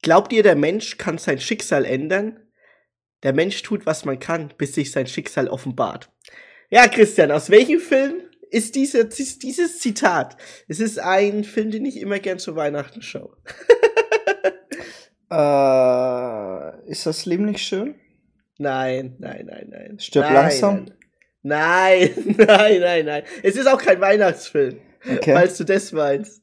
Glaubt ihr, der Mensch kann sein Schicksal ändern? Der Mensch tut, was man kann, bis sich sein Schicksal offenbart. Ja, Christian, aus welchem Film ist dieses Zitat? Es ist ein Film, den ich immer gern zu Weihnachten schaue. Ist das Leben nicht schön? Nein. Stirb langsam? Nein. Es ist auch kein Weihnachtsfilm, Okay. falls du das meinst.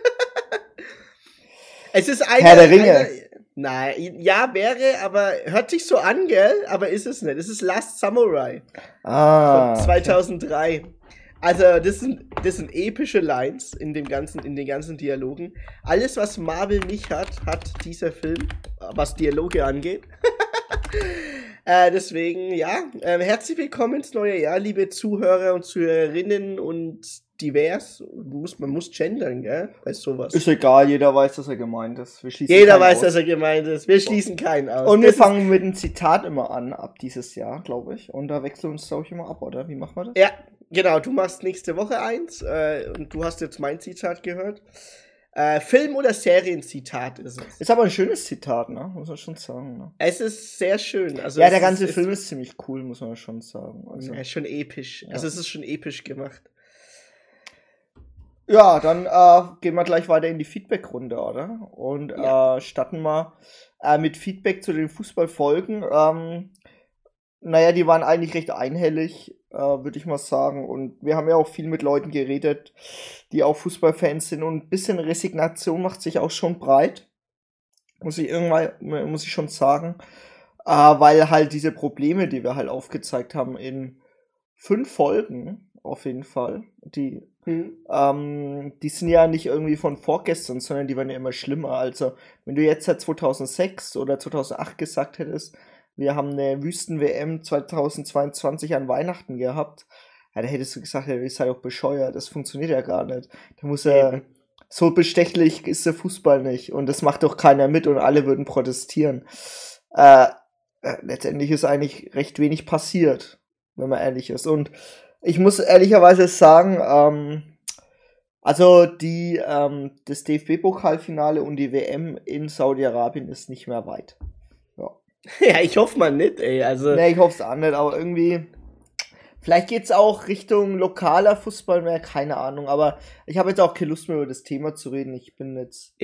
Es ist Herr der Ringe. Nein, ja, wäre, aber hört sich so an, gell? Aber ist es nicht. Es ist Last Samurai von 2003. Okay. Also, das sind epische Lines in den ganzen Dialogen. Alles, was Marvel nicht hat dieser Film, was Dialoge angeht. Deswegen, ja, herzlich willkommen ins neue Jahr, liebe Zuhörer und Zuhörerinnen und divers. Man muss gendern, gell, bei sowas. Ist egal, jeder weiß, dass er gemeint ist. Jeder weiß, dass er gemeint ist. Wir schließen keinen aus. Und wir fangen mit einem Zitat immer an, ab dieses Jahr, glaube ich. Und da wechseln wir uns, glaube ich, immer ab, oder? Wie machen wir das? Ja, genau. Du machst nächste Woche eins und du hast jetzt mein Zitat gehört. Film- oder Serienzitat ist es. Ist aber ein schönes Zitat, ne? Muss man schon sagen. Ne? Es ist sehr schön. Also ja, der ganze Film ist ziemlich cool, muss man schon sagen. Also, ja, schon episch. Ja. Also es ist schon episch gemacht. Ja, dann gehen wir gleich weiter in die Feedback-Runde, oder? Und starten wir mit Feedback zu den Fußballfolgen. Naja, die waren eigentlich recht einhellig, würde ich mal sagen. Und wir haben ja auch viel mit Leuten geredet, die auch Fußballfans sind. Und ein bisschen Resignation macht sich auch schon breit. Muss ich schon sagen. Weil halt diese Probleme, die wir halt aufgezeigt haben in 5 Folgen, auf jeden Fall, die sind ja nicht irgendwie von vorgestern, sondern die waren ja immer schlimmer. Also, wenn du jetzt seit 2006 oder 2008 gesagt hättest, wir haben eine Wüsten-WM 2022 an Weihnachten gehabt, ja, da hättest du gesagt, ja, ich sei doch bescheuert, das funktioniert ja gar nicht. Da muss so bestechlich ist der Fußball nicht und das macht doch keiner mit und alle würden protestieren. Letztendlich ist eigentlich recht wenig passiert, wenn man ehrlich ist. Und ich muss ehrlicherweise sagen, also das DFB-Pokalfinale und die WM in Saudi-Arabien ist nicht mehr weit. Ja, ich hoffe mal nicht, ey. Also nee, ich hoffe es auch nicht, aber irgendwie vielleicht geht's auch Richtung lokaler Fußball mehr, keine Ahnung. Aber ich habe jetzt auch keine Lust mehr über das Thema zu reden. Ich bin jetzt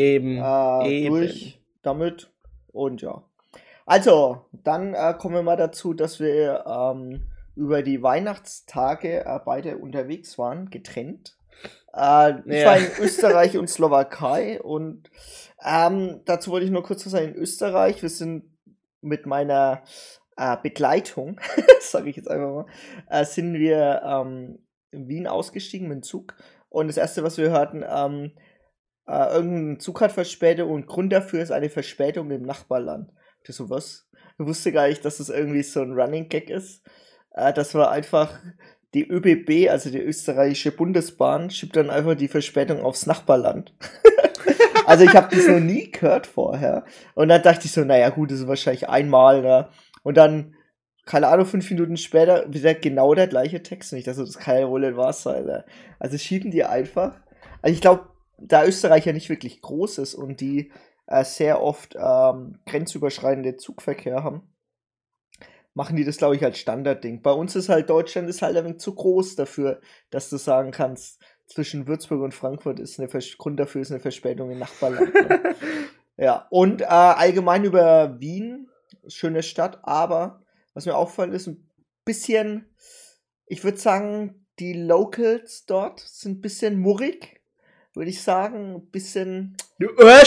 durch damit und ja. Also, dann kommen wir mal dazu, dass wir über die Weihnachtstage beide unterwegs waren, getrennt. Ich war in Österreich und Slowakei und dazu wollte ich nur kurz was sagen. In Österreich, wir sind mit meiner Begleitung, sage ich jetzt einfach mal, sind wir in Wien ausgestiegen mit dem Zug und das erste, was wir hörten, irgendein Zug hat Verspätung und Grund dafür ist eine Verspätung im Nachbarland. Das so was? Ich wusste gar nicht, dass das irgendwie so ein Running Gag ist. Das war einfach die ÖBB, also die österreichische Bundesbahn, schiebt dann einfach die Verspätung aufs Nachbarland. Also ich habe das noch nie gehört vorher. Und dann dachte ich so, naja gut, das ist wahrscheinlich einmal. Ne? Und dann, keine Ahnung, 5 Minuten später wieder genau der gleiche Text. Nicht, also das kann ja wohl nicht wahr sein. Ne? Also schieben die einfach. Also ich glaube, da Österreich ja nicht wirklich groß ist und die sehr oft grenzüberschreitende Zugverkehr haben, machen die das, glaube ich, als Standardding. Bei uns ist halt, Deutschland ist halt ein wenig zu groß dafür, dass du sagen kannst, zwischen Würzburg und Frankfurt ist Grund dafür ist eine Verspätung im Nachbarland. Ne? Ja, und allgemein über Wien, schöne Stadt, aber was mir auffällt, ist ein bisschen, ich würde sagen, die Locals dort sind ein bisschen murrig, würde ich sagen, ein bisschen... Du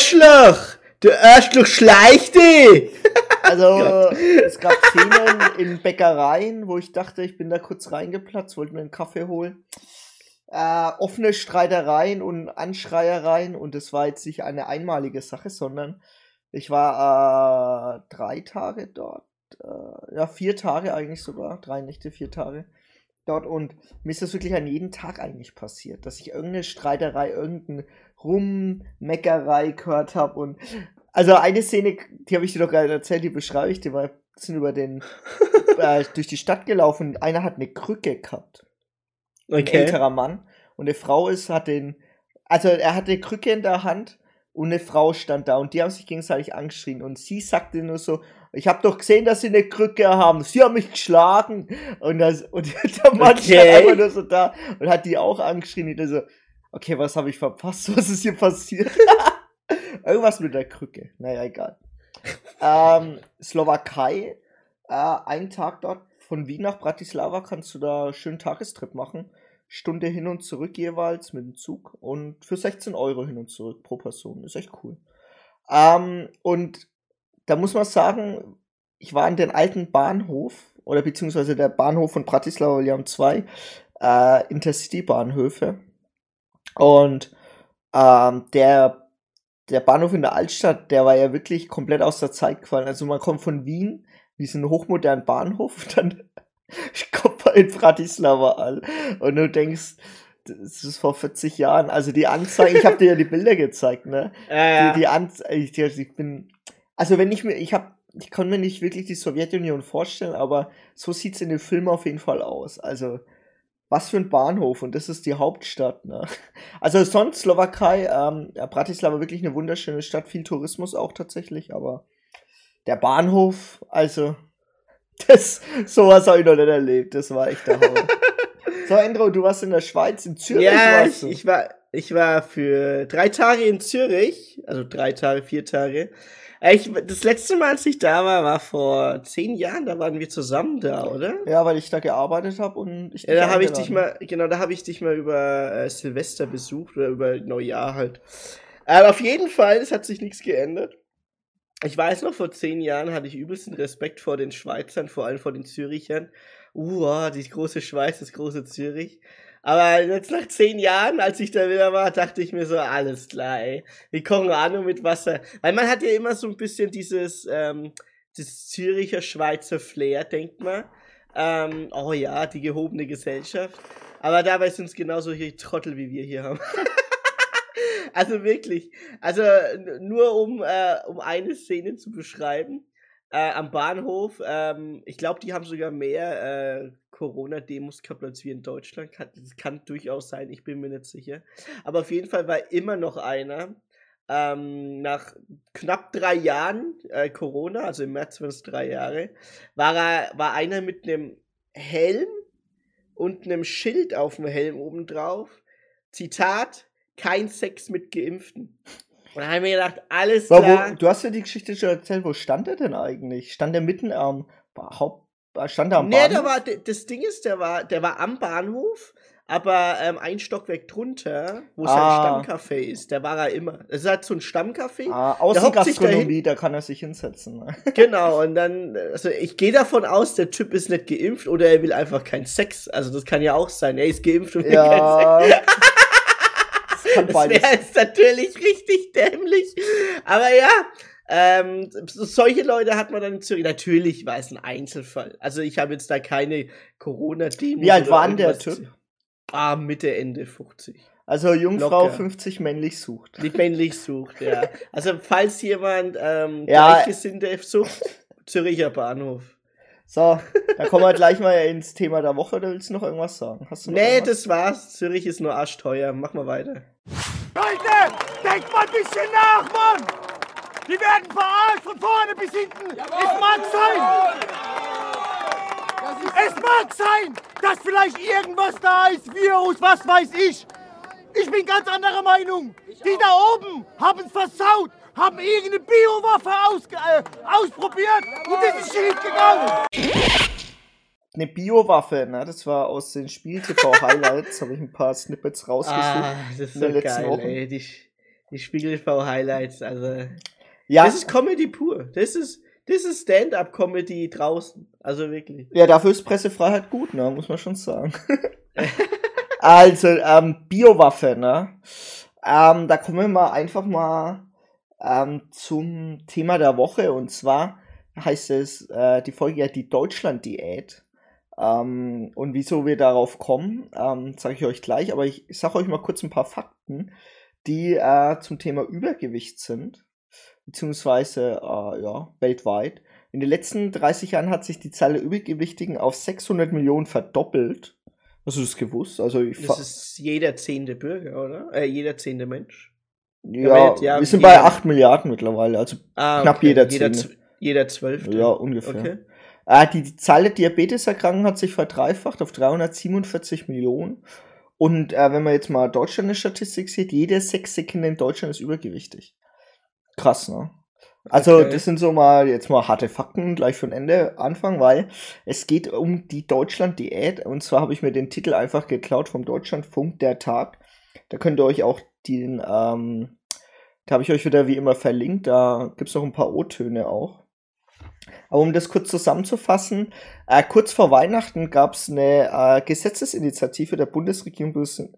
Arschloch, schleich dich! Also, es gab Szenen in Bäckereien, wo ich dachte, ich bin da kurz reingeplatzt, wollte mir einen Kaffee holen. Offene Streitereien und Anschreiereien und das war jetzt nicht eine einmalige Sache, sondern ich war 3 Tage dort, 4 Tage eigentlich sogar, 3 Nächte, 4 Tage dort und mir ist das wirklich an jedem Tag eigentlich passiert, dass ich irgendeine Streiterei, irgendeine Rummeckerei gehört habe und also eine Szene, die habe ich dir doch gerade erzählt, die beschreibe ich dir, wir sind über durch die Stadt gelaufen und einer hat eine Krücke gehabt. Ein älterer Mann. Und die Frau er hat eine Krücke in der Hand und eine Frau stand da und die haben sich gegenseitig angeschrien und sie sagte nur so, ich habe doch gesehen, dass sie eine Krücke haben, sie haben mich geschlagen und der Mann stand einfach nur so da und hat die auch angeschrien und so, okay, was habe ich verpasst, was ist hier passiert? Irgendwas mit der Krücke, naja, egal. Slowakei, einen Tag dort, von Wien nach Bratislava kannst du da einen schönen Tagestrip machen. Stunde hin und zurück jeweils mit dem Zug und für 16 Euro hin und zurück pro Person. Ist echt cool. Und da muss man sagen, ich war an den alten Bahnhof oder beziehungsweise der Bahnhof von Bratislava, wir haben 2 Intercity-Bahnhöfe und der Bahnhof in der Altstadt, der war ja wirklich komplett aus der Zeit gefallen. Also man kommt von Wien, diesen hochmodernen Bahnhof, und dann kommt man in Bratislava an und du denkst, das ist vor 40 Jahren, also die Anzeige, ich habe dir ja die Bilder gezeigt, ne? Die Anzeige, ich bin, also wenn ich kann mir nicht wirklich die Sowjetunion vorstellen, aber so sieht's in den Filmen auf jeden Fall aus. Also was für ein Bahnhof, und das ist die Hauptstadt, ne? Also sonst Slowakei, Bratislava wirklich eine wunderschöne Stadt, viel Tourismus auch tatsächlich, aber der Bahnhof, also sowas habe ich noch nicht erlebt, das war echt der Hammer. So, Andrew, du warst in der Schweiz, in Zürich warst du. Ich war für 3 Tage in Zürich, also 3 Tage, 4 Tage. Das letzte Mal, als ich da war vor 10 Jahren, da waren wir zusammen da, oder? Ja, weil ich da gearbeitet habe und ich da habe ich dich mal über Silvester besucht oder über Neujahr halt. Aber auf jeden Fall, es hat sich nichts geändert. Ich weiß noch, vor 10 Jahren hatte ich übelsten Respekt vor den Schweizern, vor allem vor den Zürichern. Die große Schweiz, das große Zürich. Aber jetzt nach 10 Jahren, als ich da wieder war, dachte ich mir so, alles klar, ey. Wir kochen auch nur mit Wasser. Weil man hat ja immer so ein bisschen das Züricher Schweizer Flair, denkt man. Die gehobene Gesellschaft. Aber dabei sind es genauso hier Trottel, wie wir hier haben. Also wirklich. Also nur um eine Szene zu beschreiben. Am Bahnhof, ich glaube, die haben sogar mehr Corona-Demos gehabt als wir in Deutschland. Das kann durchaus sein, ich bin mir nicht sicher. Aber auf jeden Fall war immer noch einer, nach knapp 3 Jahren Corona, also im März waren es 3 Jahre, war einer mit einem Helm und einem Schild auf dem Helm obendrauf. Zitat, kein Sex mit Geimpften. Und dann haben wir gedacht, alles klar. Du hast ja die Geschichte schon erzählt, wo stand er denn eigentlich? Stand er mitten am stand er am Bahnhof? Das Ding ist, der war am Bahnhof, aber ein Stockwerk drunter, wo sein Stammcafé ist, der war er immer. Es ist halt so ein Stammcafé. Außengastronomie, da kann er sich hinsetzen. Ne? Genau, und dann, also ich gehe davon aus, der Typ ist nicht geimpft oder er will einfach keinen Sex. Also das kann ja auch sein, er ist geimpft und will keinen Sex. Das wäre jetzt natürlich richtig dämlich. Aber ja, solche Leute hat man dann in Zürich. Natürlich war es ein Einzelfall. Also ich habe jetzt da keine Corona-Demos. Wie alt war denn der Typ? Mitte, Ende 50. Also Jungfrau locker. 50 männlich sucht. Nicht männlich sucht, ja. Also falls jemand Gleichgesinnte sucht, Züricher Bahnhof. So, dann kommen wir gleich mal ins Thema der Woche. Oder willst du noch irgendwas sagen? Hast du noch irgendwas? Das war's. Zürich ist nur arschteuer. Mach mal weiter. Leute, denkt mal ein bisschen nach, Mann! Die werden verarscht von vorne bis hinten. Jawohl. Es mag sein. Es mag sein, dass vielleicht irgendwas da ist, Virus, was weiß ich. Ich bin ganz anderer Meinung. Die da oben haben es versaut, haben irgendeine Biowaffe ausprobiert und das ist schief gegangen. Eine Biowaffe, ne? Das war aus den Spiegel-TV-Highlights, habe ich ein paar Snippets rausgesucht. Das ist so geil, ey. Die Spiegel-TV-Highlights, also ja. Das ist Comedy pur. Das ist Stand-up-Comedy draußen, also wirklich. Ja, dafür ist Pressefreiheit gut, ne? Muss man schon sagen. Also, Biowaffe, ne? Da kommen wir mal einfach mal zum Thema der Woche, und zwar heißt es die Folge ja die Deutschland-Diät. Und wieso wir darauf kommen, sage ich euch gleich, aber ich sage euch mal kurz ein paar Fakten, die zum Thema Übergewicht sind, beziehungsweise weltweit. In den letzten 30 Jahren hat sich die Zahl der Übergewichtigen auf 600 Millionen verdoppelt. Hast du das gewusst? Also das ist jeder 10. Bürger, oder? Jeder 10. Mensch. Ja, wir sind bei 8 Milliarden mittlerweile, also knapp jeder 10. Jeder 12. Ja, ungefähr. Die Zahl der Diabeteserkrankungen hat sich verdreifacht auf 347 Millionen. Und wenn man jetzt mal Deutschland eine Statistik sieht, jedes 6. Kind in Deutschland ist übergewichtig. Krass, ne? Also das sind so mal harte Fakten gleich von Ende anfangen, weil es geht um die Deutschland-Diät. Und zwar habe ich mir den Titel einfach geklaut vom Deutschlandfunk, der Tag. Da könnt ihr euch auch da habe ich euch wieder wie immer verlinkt. Da gibt es noch ein paar O-Töne auch. Aber um das kurz zusammenzufassen, kurz vor Weihnachten gab es eine Gesetzesinitiative der Bundesregierung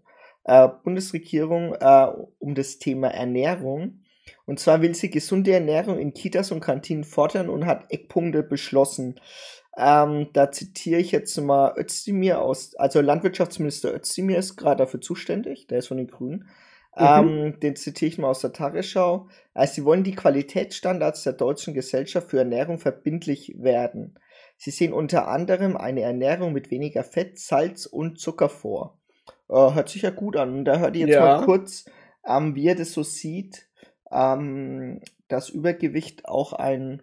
um das Thema Ernährung. Und zwar will sie gesunde Ernährung in Kitas und Kantinen fordern und hat Eckpunkte beschlossen. Da zitiere ich jetzt mal Özdemir also Landwirtschaftsminister Özdemir ist gerade dafür zuständig, der ist von den Grünen. Den zitiere ich mal aus der Tagesschau. Sie wollen die Qualitätsstandards der deutschen Gesellschaft für Ernährung verbindlich werden. Sie sehen unter anderem eine Ernährung mit weniger Fett, Salz und Zucker vor. Hört sich ja gut an. Und da hört ihr jetzt mal kurz, wie er das so sieht, dass Übergewicht auch ein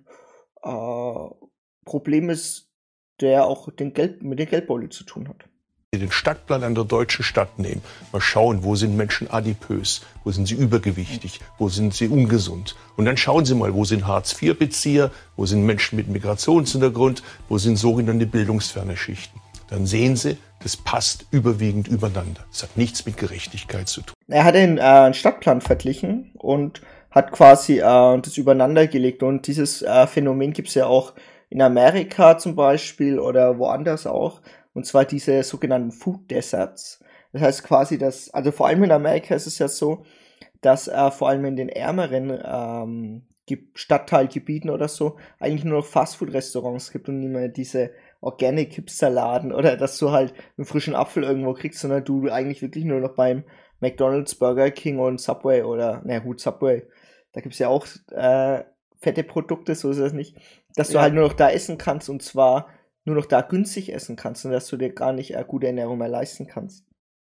Problem ist, der auch mit dem Geldbeutel zu tun hat. Den Stadtplan einer deutschen Stadt nehmen, mal schauen, wo sind Menschen adipös, wo sind sie übergewichtig, wo sind sie ungesund. Und dann schauen Sie mal, wo sind Hartz-IV-Bezieher, wo sind Menschen mit Migrationshintergrund, wo sind sogenannte bildungsferne Schichten. Dann sehen Sie, das passt überwiegend übereinander. Das hat nichts mit Gerechtigkeit zu tun. Er hat den Stadtplan verglichen und hat quasi das übereinander gelegt. Und dieses Phänomen gibt es ja auch in Amerika zum Beispiel oder woanders auch. Und zwar diese sogenannten Food Deserts. Das heißt quasi, also vor allem in Amerika ist es ja so, dass vor allem in den ärmeren Stadtteilgebieten oder so eigentlich nur noch Fastfood-Restaurants gibt und nicht mehr diese Organic-Hipster-Laden oder dass du halt einen frischen Apfel irgendwo kriegst, sondern du eigentlich wirklich nur noch beim McDonald's, Burger King und Subway Subway, da gibt es ja auch fette Produkte, so ist das nicht, dass du halt nur noch da essen kannst und zwar nur noch da günstig essen kannst und dass du dir gar nicht gute Ernährung mehr leisten kannst.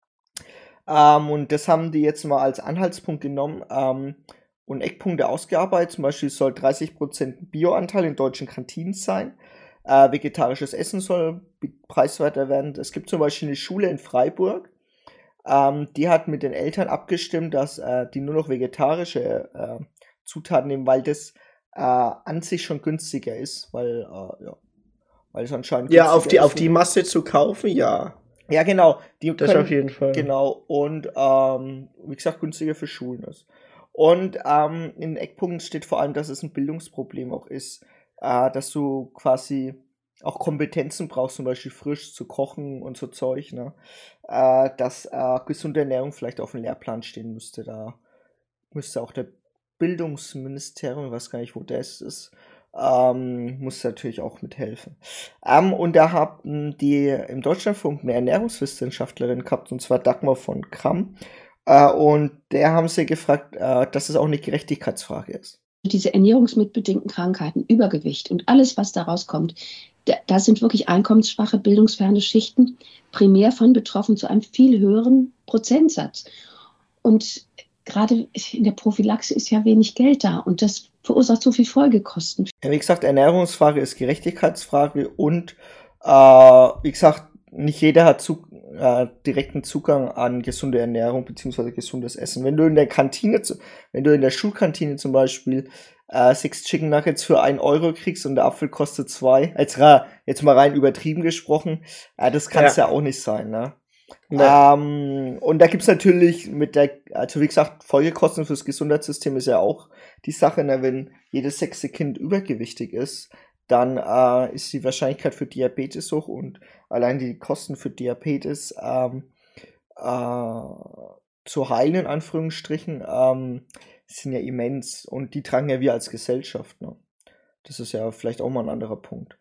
Und das haben die jetzt mal als Anhaltspunkt genommen und Eckpunkte ausgearbeitet. Zum Beispiel soll 30% Bioanteil in deutschen Kantinen sein. Vegetarisches Essen soll preiswerter werden. Es gibt zum Beispiel eine Schule in Freiburg, die hat mit den Eltern abgestimmt, dass die nur noch vegetarische Zutaten nehmen, weil das an sich schon günstiger ist, weil es anscheinend auf die Masse zu kaufen, ja. Ja, genau. Das auf jeden Fall. Genau. Und wie gesagt, günstiger für Schulen ist. Und in den Eckpunkten steht vor allem, dass es ein Bildungsproblem auch ist, dass du quasi auch Kompetenzen brauchst, zum Beispiel frisch zu kochen und so Zeug, ne? Dass gesunde Ernährung vielleicht auf dem Lehrplan stehen müsste. Da müsste auch der Bildungsministerium, ich weiß gar nicht, wo das ist, muss natürlich auch mithelfen. Und da haben die im Deutschlandfunk eine Ernährungswissenschaftlerin gehabt, und zwar Dagmar von Kramm. Und der haben sie gefragt, dass es auch eine Gerechtigkeitsfrage ist. Diese ernährungsmitbedingten Krankheiten, Übergewicht und alles, was daraus kommt, da sind wirklich einkommensschwache, bildungsferne Schichten primär von betroffen zu einem viel höheren Prozentsatz. Und gerade in der Prophylaxe ist ja wenig Geld da und das verursacht so viel Folgekosten. Ja, wie gesagt, Ernährungsfrage ist Gerechtigkeitsfrage und wie gesagt, nicht jeder hat direkten Zugang an gesunde Ernährung bzw. gesundes Essen. Wenn du in der Schulkantine zum Beispiel 6 Chicken Nuggets für 1 Euro kriegst und der Apfel kostet 2, jetzt mal rein übertrieben gesprochen, das kann es ja auch nicht sein, ne? Ja. Und da gibt es natürlich also wie gesagt, Folgekosten fürs Gesundheitssystem ist ja auch die Sache, ne? Wenn jedes 6. Kind übergewichtig ist, dann ist die Wahrscheinlichkeit für Diabetes hoch und allein die Kosten für Diabetes zu heilen, in Anführungsstrichen, sind ja immens und die tragen ja wir als Gesellschaft. Ne? Das ist ja vielleicht auch mal ein anderer Punkt.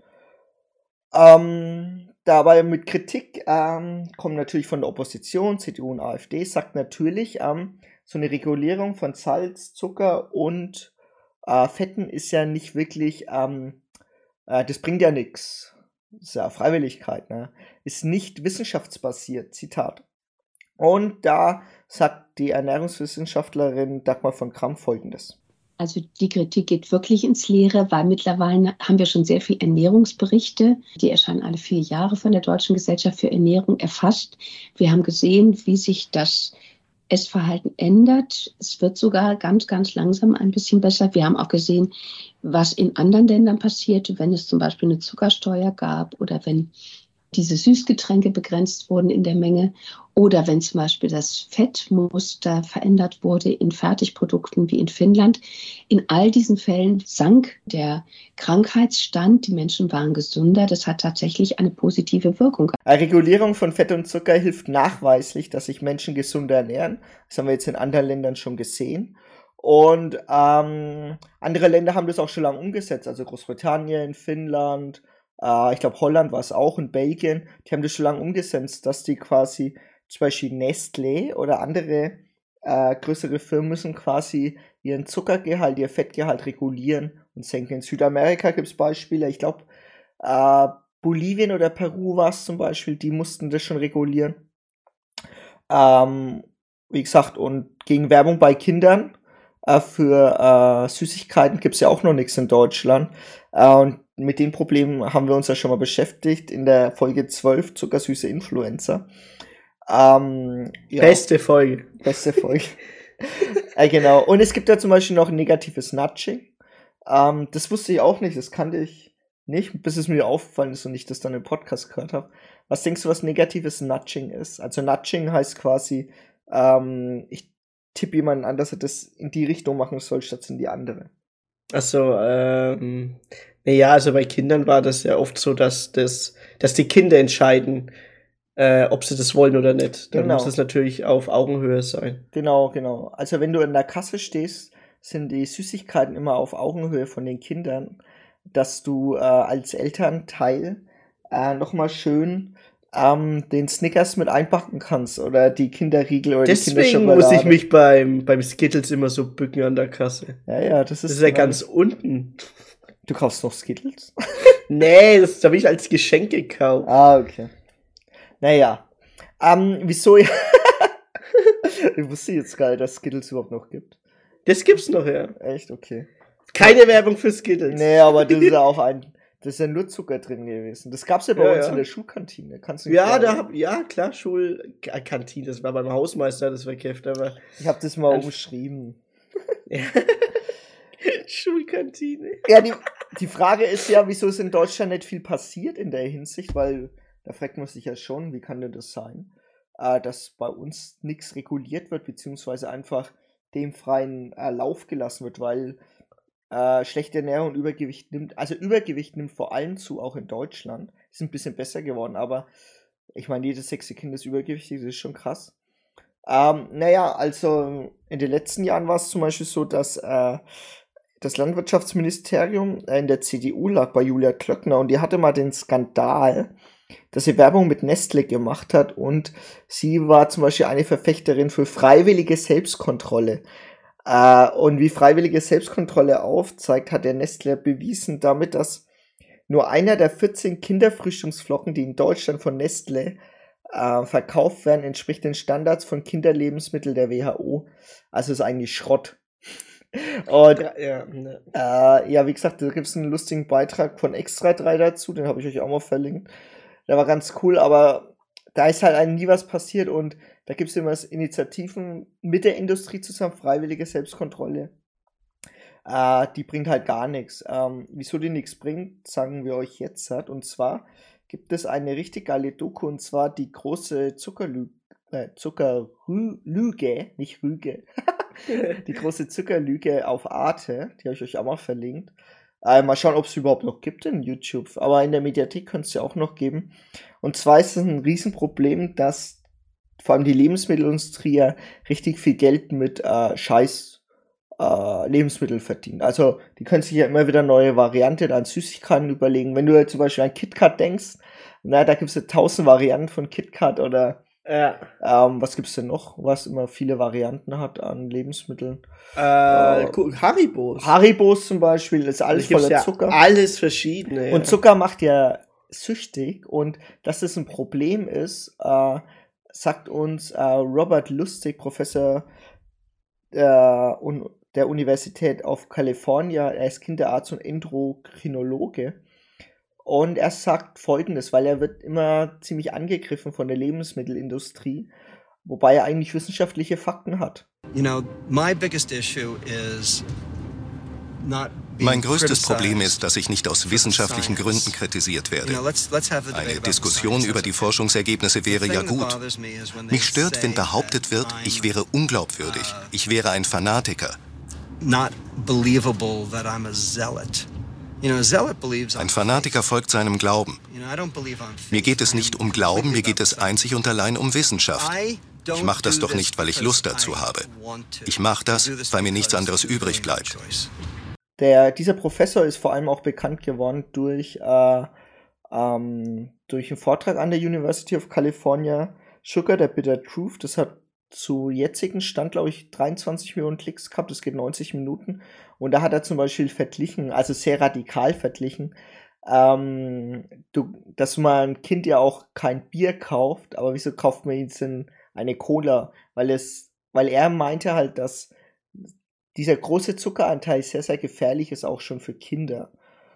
Dabei mit Kritik kommen natürlich von der Opposition, CDU und AfD, sagt natürlich, so eine Regulierung von Salz, Zucker und Fetten ist ja nicht wirklich, das bringt ja nichts. Das ist ja Freiwilligkeit, ne? Ist nicht wissenschaftsbasiert, Zitat. Und da sagt die Ernährungswissenschaftlerin Dagmar von Gramm Folgendes. Also die Kritik geht wirklich ins Leere, weil mittlerweile haben wir schon sehr viele Ernährungsberichte. Die erscheinen alle 4 Jahre von der Deutschen Gesellschaft für Ernährung erfasst. Wir haben gesehen, wie sich das Essverhalten ändert. Es wird sogar ganz, ganz langsam ein bisschen besser. Wir haben auch gesehen, was in anderen Ländern passiert, wenn es zum Beispiel eine Zuckersteuer gab oder wenn diese Süßgetränke begrenzt wurden in der Menge oder wenn zum Beispiel das Fettmuster verändert wurde in Fertigprodukten wie in Finnland. In all diesen Fällen sank der Krankheitsstand, die Menschen waren gesünder. Das hat tatsächlich eine positive Wirkung. Eine Regulierung von Fett und Zucker hilft nachweislich, dass sich Menschen gesünder ernähren. Das haben wir jetzt in anderen Ländern schon gesehen. Und andere Länder haben das auch schon lange umgesetzt, also Großbritannien, Finnland, ich glaube Holland war es auch und Belgien, die haben das schon lange umgesetzt, dass die quasi zum Beispiel Nestlé oder andere größere Firmen müssen quasi ihren Zuckergehalt, ihr Fettgehalt regulieren und senken. In Südamerika gibt es Beispiele, ich glaube Bolivien oder Peru war es zum Beispiel, die mussten das schon regulieren. Wie gesagt, und gegen Werbung bei Kindern für Süßigkeiten gibt es ja auch noch nichts in Deutschland. Und mit den Problemen haben wir uns ja schon mal beschäftigt in der Folge 12, zuckersüße Influencer. Ja. Beste Folge. Genau. Und es gibt ja zum Beispiel noch negatives Nudging. Das wusste ich auch nicht, das kannte ich nicht, bis es mir aufgefallen ist und ich das dann im Podcast gehört habe. Was denkst du, was negatives Nudging ist? Also Nudging heißt quasi, ich tippe jemanden an, dass er das in die Richtung machen soll, statt in die andere. Achso, naja, also bei Kindern war das ja oft so, dass die Kinder entscheiden, ob sie das wollen oder nicht. Dann muss es natürlich auf Augenhöhe sein. Genau. Also wenn du in der Kasse stehst, sind die Süßigkeiten immer auf Augenhöhe von den Kindern, dass du als Elternteil nochmal schön den Snickers mit einpacken kannst oder die Kinderriegel oder deswegen die Kinderschokolade. Deswegen muss ich mich beim Skittles immer so bücken an der Kasse. Ja, das ist ja ganz unten. Du kaufst noch Skittles? Nee, das habe ich als Geschenk gekauft. Okay. Naja. Wieso? Ich wusste jetzt gar nicht, dass Skittles überhaupt noch gibt. Das gibt's noch, ja. Echt? Okay. Keine Werbung für Skittles. Nee, aber das ist ja auch das ist ja nur Zucker drin gewesen. Das gab's ja bei uns in der Schulkantine. Kannst du klar, Schulkantine. Das war beim Hausmeister, das war Gift, aber. Ich habe das mal umschrieben. Schulkantine. Ja, die Frage ist ja, wieso ist in Deutschland nicht viel passiert in der Hinsicht, weil da fragt man sich ja schon, wie kann denn das sein, dass bei uns nichts reguliert wird, beziehungsweise einfach dem freien Lauf gelassen wird, weil schlechte Ernährung und Übergewicht nimmt vor allem zu, auch in Deutschland. Ist ein bisschen besser geworden, aber ich meine, jedes 6. Kind ist übergewichtig, das ist schon krass. Also in den letzten Jahren war es zum Beispiel so, dass das Landwirtschaftsministerium in der CDU lag bei Julia Klöckner und die hatte mal den Skandal, dass sie Werbung mit Nestle gemacht hat und sie war zum Beispiel eine Verfechterin für freiwillige Selbstkontrolle. Und wie freiwillige Selbstkontrolle aufzeigt, hat der Nestle bewiesen damit, dass nur einer der 14 Kinderfrühstücksflocken, die in Deutschland von Nestle verkauft werden, entspricht den Standards von Kinderlebensmitteln der WHO. Also ist eigentlich Schrott. Und wie gesagt, da gibt es einen lustigen Beitrag von Extra 3 dazu, den habe ich euch auch mal verlinkt. Der war ganz cool, aber da ist halt nie was passiert und da gibt es immer Initiativen mit der Industrie zusammen, freiwillige Selbstkontrolle. Die bringt halt gar nichts. Wieso die nichts bringt, sagen wir euch jetzt. Und zwar gibt es eine richtig geile Doku, und zwar die große Zuckerlüge, nicht Rüge. Die große Zuckerlüge auf Arte, die habe ich euch auch mal verlinkt. Mal schauen, ob es überhaupt noch gibt in YouTube. Aber in der Mediathek könnte es ja auch noch geben. Und zwar ist es ein Riesenproblem, dass vor allem die Lebensmittelindustrie ja richtig viel Geld mit scheiß Lebensmitteln verdient. Also die können sich ja immer wieder neue Varianten an Süßigkeiten überlegen. Wenn du jetzt zum Beispiel an KitKat denkst, da gibt es ja 1000 Varianten von KitKat oder was gibt's denn noch, was immer viele Varianten hat an Lebensmitteln? Haribos. Haribos zum Beispiel, ist alles voller Zucker. Alles verschiedene. Und Zucker macht ja süchtig und dass das ein Problem ist, sagt uns Robert Lustig, Professor der Universität of California, er ist Kinderarzt und Endokrinologe. Und er sagt Folgendes, weil er wird immer ziemlich angegriffen von der Lebensmittelindustrie, wobei er eigentlich wissenschaftliche Fakten hat. Mein größtes Problem ist, dass ich nicht aus wissenschaftlichen Gründen kritisiert werde. Eine Diskussion über die Forschungsergebnisse wäre ja gut. Mich stört, wenn behauptet wird, ich wäre unglaubwürdig, ich wäre ein Fanatiker. Ein Fanatiker folgt seinem Glauben. Mir geht es nicht um Glauben, mir geht es einzig und allein um Wissenschaft. Ich mache das doch nicht, weil ich Lust dazu habe. Ich mache das, weil mir nichts anderes übrig bleibt. Dieser Professor ist vor allem auch bekannt geworden durch einen Vortrag an der University of California, Sugar, the Bitter Truth. Das hat zu jetzigen Stand, glaube ich, 23 Millionen Klicks gehabt. Das geht 90 Minuten. Und da hat er zum Beispiel verglichen, also sehr radikal verglichen, dass man ein Kind ja auch kein Bier kauft, aber wieso kauft man jetzt eine Cola? Weil er meinte halt, dass dieser große Zuckeranteil sehr, sehr gefährlich ist, auch schon für Kinder.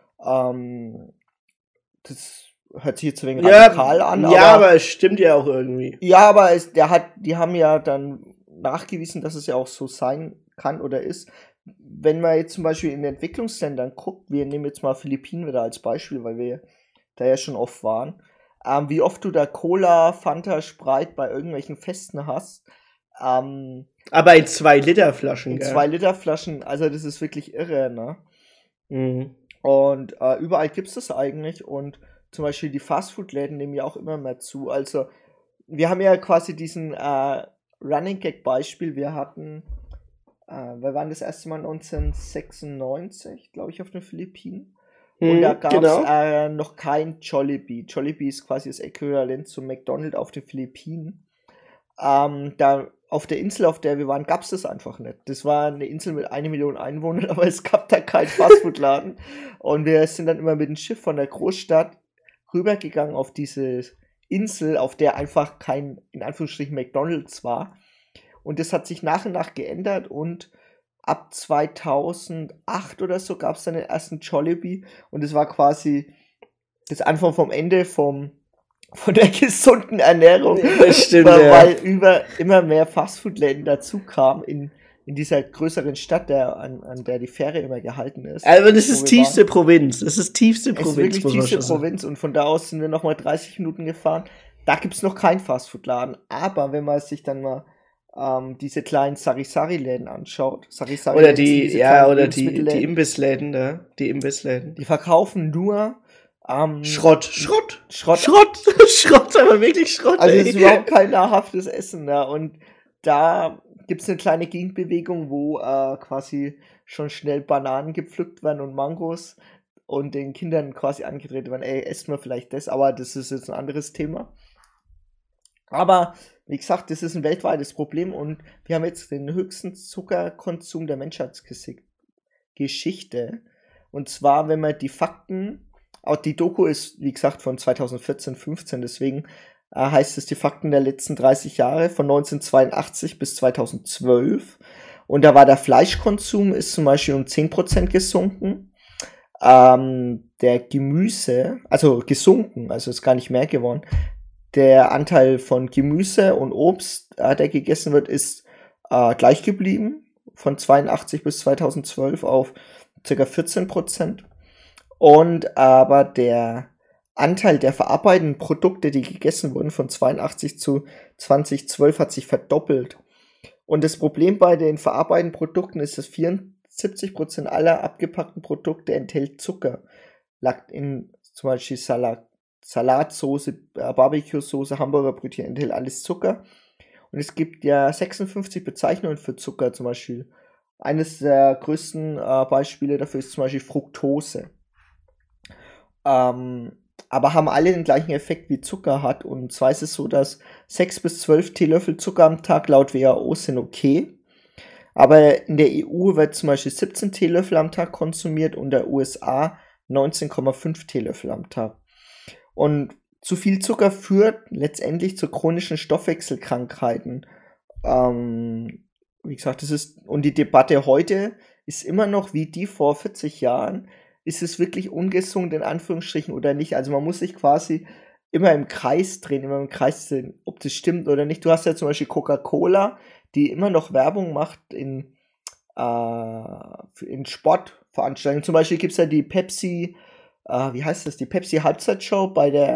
Das hört sich jetzt ein wenig radikal an. Aber es stimmt ja auch irgendwie. Ja, aber die haben ja dann nachgewiesen, dass es ja auch so sein kann oder ist. Wenn man jetzt zum Beispiel in Entwicklungsländern guckt, wir nehmen jetzt mal Philippinen wieder als Beispiel, weil wir da ja schon oft waren, wie oft du da Cola, Fanta, Sprite bei irgendwelchen Festen hast. Aber in 2-Liter-Flaschen, In 2-Liter-Flaschen, also das ist wirklich irre, ne? Mhm. Und überall gibt es das eigentlich und zum Beispiel die Fastfood-Läden nehmen ja auch immer mehr zu. Also wir haben ja quasi diesen Running Gag-Beispiel, wir waren das erste Mal 1996, glaube ich, auf den Philippinen. Und da gab es noch kein Jollibee. Jollibee ist quasi das Äquivalent zum McDonald's auf den Philippinen. Da auf der Insel, auf der wir waren, gab es das einfach nicht. Das war eine Insel mit 1 Million Einwohnern, aber es gab da keinen Fastfood-Laden. Und wir sind dann immer mit dem Schiff von der Großstadt rübergegangen auf diese Insel, auf der einfach kein, in Anführungsstrichen, McDonald's war. Und das hat sich nach und nach geändert und ab 2008 oder so gab es dann den ersten Jollibee und das war quasi das Anfang vom Ende von der gesunden Ernährung, das stimmt, weil immer mehr Fastfood-Läden dazu kamen in dieser größeren Stadt, an der die Fähre immer gehalten ist. Also das ist tiefste Provinz. Das ist tiefste Provinz. Das ist wirklich tiefste Provinz und von da aus sind wir nochmal 30 Minuten gefahren. Da gibt es noch keinen Fastfood-Laden, aber wenn man sich dann mal diese kleinen Sari-Sari-Läden anschaut. Oder die Imbissläden da. Die Imbissläden. Die verkaufen nur Schrott, aber wirklich Schrott. Also es ist überhaupt kein nahrhaftes Essen da. Und da gibt es eine kleine Gegenbewegung, wo quasi schon schnell Bananen gepflückt werden und Mangos und den Kindern quasi angedreht werden, esst mal vielleicht das, aber das ist jetzt ein anderes Thema. Aber wie gesagt, das ist ein weltweites Problem und wir haben jetzt den höchsten Zuckerkonsum der Menschheitsgeschichte. Und zwar, wenn man die Fakten, auch die Doku ist, wie gesagt, von 2014, 15, deswegen heißt es die Fakten der letzten 30 Jahre, von 1982 bis 2012. Und da war der Fleischkonsum ist zum Beispiel um 10% gesunken. Der Gemüse, also gesunken, also ist gar nicht mehr geworden. Der Anteil von Gemüse und Obst, der gegessen wird, ist gleich geblieben, von 82 bis 2012 auf ca. 14%. Und aber der Anteil der verarbeiteten Produkte, die gegessen wurden, von 82 zu 2012 hat sich verdoppelt. Und das Problem bei den verarbeiteten Produkten ist, dass 74% aller abgepackten Produkte enthält Zucker. Lag in zum Beispiel Salatsoße, Barbecue-Soße, Hamburgerbrötchen enthält alles Zucker. Und es gibt ja 56 Bezeichnungen für Zucker zum Beispiel. Eines der größten Beispiele dafür ist zum Beispiel Fructose. Aber haben alle den gleichen Effekt wie Zucker hat. Und zwar ist es so, dass 6 bis 12 Teelöffel Zucker am Tag laut WHO sind okay. Aber in der EU wird zum Beispiel 17 Teelöffel am Tag konsumiert und in der USA 19,5 Teelöffel am Tag. Und zu viel Zucker führt letztendlich zu chronischen Stoffwechselkrankheiten. Wie gesagt, und die Debatte heute ist immer noch wie die vor 40 Jahren. Ist es wirklich ungesund in Anführungsstrichen oder nicht? Also man muss sich quasi immer im Kreis drehen, ob das stimmt oder nicht. Du hast ja zum Beispiel Coca-Cola, die immer noch Werbung macht in Sportveranstaltungen. Zum Beispiel gibt es ja die Pepsi, wie heißt das? Die Pepsi Halbzeitshow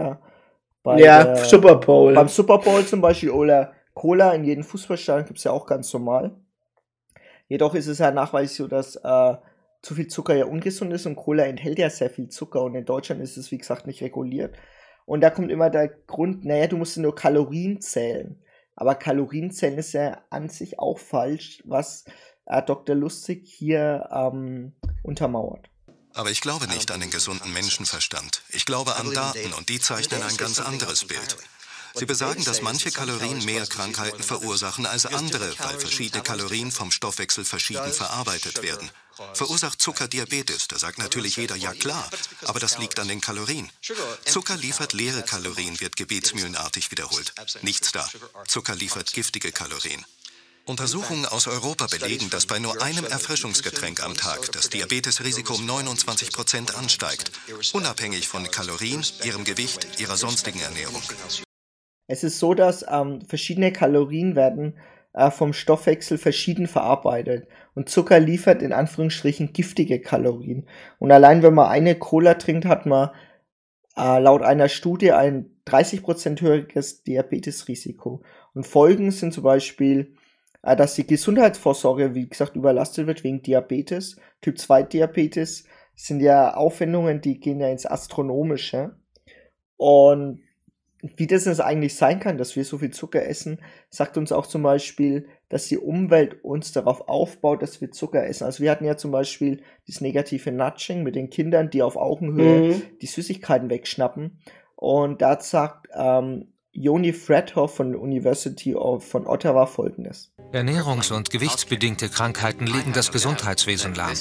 Super Bowl. Beim Super Bowl zum Beispiel, oder Cola in jedem Fußballstadion gibt es ja auch ganz normal. Jedoch ist es ja nachweislich so, dass zu viel Zucker ja ungesund ist und Cola enthält ja sehr viel Zucker und in Deutschland ist es, wie gesagt, nicht reguliert. Und da kommt immer der Grund, du musst nur Kalorien zählen. Aber Kalorien zählen ist ja an sich auch falsch, was Dr. Lustig hier untermauert. Aber ich glaube nicht an den gesunden Menschenverstand. Ich glaube an Daten und die zeichnen ein ganz anderes Bild. Sie besagen, dass manche Kalorien mehr Krankheiten verursachen als andere, weil verschiedene Kalorien vom Stoffwechsel verschieden verarbeitet werden. Verursacht Zucker Diabetes? Da sagt natürlich jeder, ja klar, aber das liegt an den Kalorien. Zucker liefert leere Kalorien, wird gebetsmühlenartig wiederholt. Nichts da. Zucker liefert giftige Kalorien. Untersuchungen aus Europa belegen, dass bei nur einem Erfrischungsgetränk am Tag das Diabetesrisiko um 29% ansteigt, unabhängig von Kalorien, ihrem Gewicht, ihrer sonstigen Ernährung. Es ist so, dass verschiedene Kalorien werden vom Stoffwechsel verschieden verarbeitet. Und Zucker liefert in Anführungsstrichen giftige Kalorien. Und allein wenn man eine Cola trinkt, hat man laut einer Studie ein 30% höheres Diabetesrisiko. Und Folgen sind zum Beispiel, dass die Gesundheitsvorsorge, wie gesagt, überlastet wird wegen Diabetes. Typ-2-Diabetes sind ja Aufwendungen, die gehen ja ins Astronomische. Und wie das jetzt eigentlich sein kann, dass wir so viel Zucker essen, sagt uns auch zum Beispiel, dass die Umwelt uns darauf aufbaut, dass wir Zucker essen. Also wir hatten ja zum Beispiel das negative Nudging mit den Kindern, die auf Augenhöhe die Süßigkeiten wegschnappen. Und da sagt Joni Fredhoff von der University von Ottawa Folgendes. Ernährungs- und gewichtsbedingte Krankheiten legen das Gesundheitswesen lahm.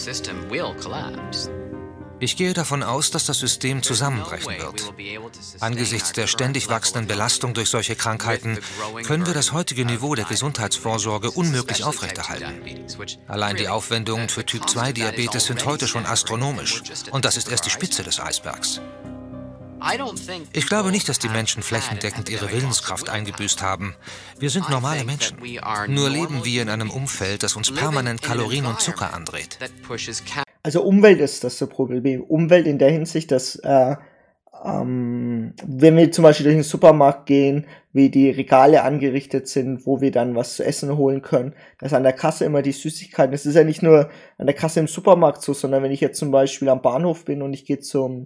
Ich gehe davon aus, dass das System zusammenbrechen wird. Angesichts der ständig wachsenden Belastung durch solche Krankheiten können wir das heutige Niveau der Gesundheitsvorsorge unmöglich aufrechterhalten. Allein die Aufwendungen für Typ-2-Diabetes sind heute schon astronomisch. Und das ist erst die Spitze des Eisbergs. Ich glaube nicht, dass die Menschen flächendeckend ihre Willenskraft eingebüßt haben. Wir sind normale Menschen. Nur leben wir in einem Umfeld, das uns permanent Kalorien und Zucker andreht. Also Umwelt ist das Problem. Umwelt in der Hinsicht, dass wenn wir zum Beispiel durch den Supermarkt gehen, wie die Regale angerichtet sind, wo wir dann was zu essen holen können, dass an der Kasse immer die Süßigkeiten, das ist ja nicht nur an der Kasse im Supermarkt so, sondern wenn ich jetzt zum Beispiel am Bahnhof bin und ich gehe zum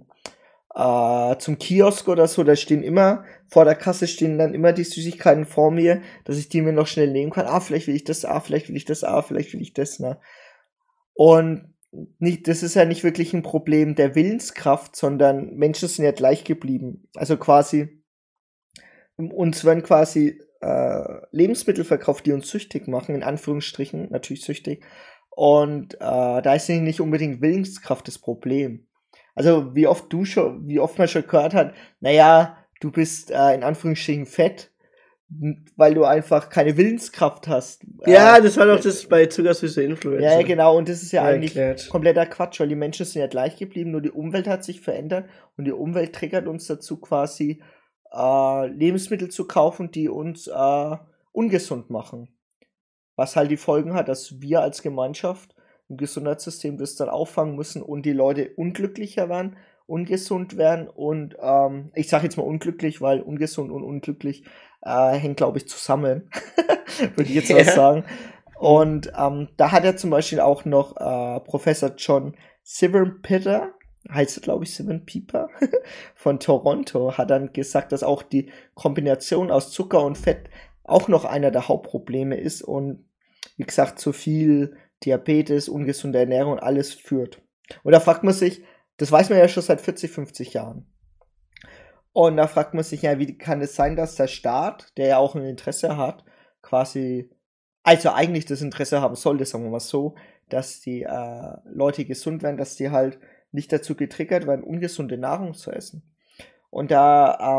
Kiosk oder so, da stehen immer, vor der Kasse stehen dann immer die Süßigkeiten vor mir, dass ich die mir noch schnell nehmen kann. Vielleicht will ich das, vielleicht will ich das, vielleicht will ich das, ne? Und das ist ja nicht wirklich ein Problem der Willenskraft, sondern Menschen sind ja gleich geblieben. Also quasi, uns werden quasi Lebensmittel verkauft, die uns süchtig machen, in Anführungsstrichen, natürlich süchtig. Und da ist nicht unbedingt Willenskraft das Problem. Also wie oft man schon gehört hat, du bist in Anführungsstrichen fett, weil du einfach keine Willenskraft hast. Ja, das war doch das bei zuckersüße Influencer. Ja, genau, und das ist ja eigentlich kompletter Quatsch, weil die Menschen sind ja gleich geblieben, nur die Umwelt hat sich verändert und die Umwelt triggert uns dazu quasi Lebensmittel zu kaufen, die uns ungesund machen. Was halt die Folgen hat, dass wir als Gemeinschaft im Gesundheitssystem das dann auffangen müssen und die Leute unglücklicher werden, ungesund werden und ich sage jetzt mal unglücklich, weil ungesund und unglücklich hängt, glaube ich, zusammen, würde ich jetzt mal sagen. Und da hat er zum Beispiel auch noch Professor John Sivern-Pieper, heißt er, glaube ich, Sivern-Pieper, von Toronto, hat dann gesagt, dass auch die Kombination aus Zucker und Fett auch noch einer der Hauptprobleme ist und wie gesagt, zu viel Diabetes, ungesunde Ernährung, alles führt. Und da fragt man sich, das weiß man ja schon seit 40, 50 Jahren. Und da fragt man sich ja, wie kann es sein, dass der Staat, der ja auch ein Interesse hat, quasi, also eigentlich das Interesse haben sollte, sagen wir mal so, dass die Leute gesund werden, dass die halt nicht dazu getriggert werden, ungesunde Nahrung zu essen. Und da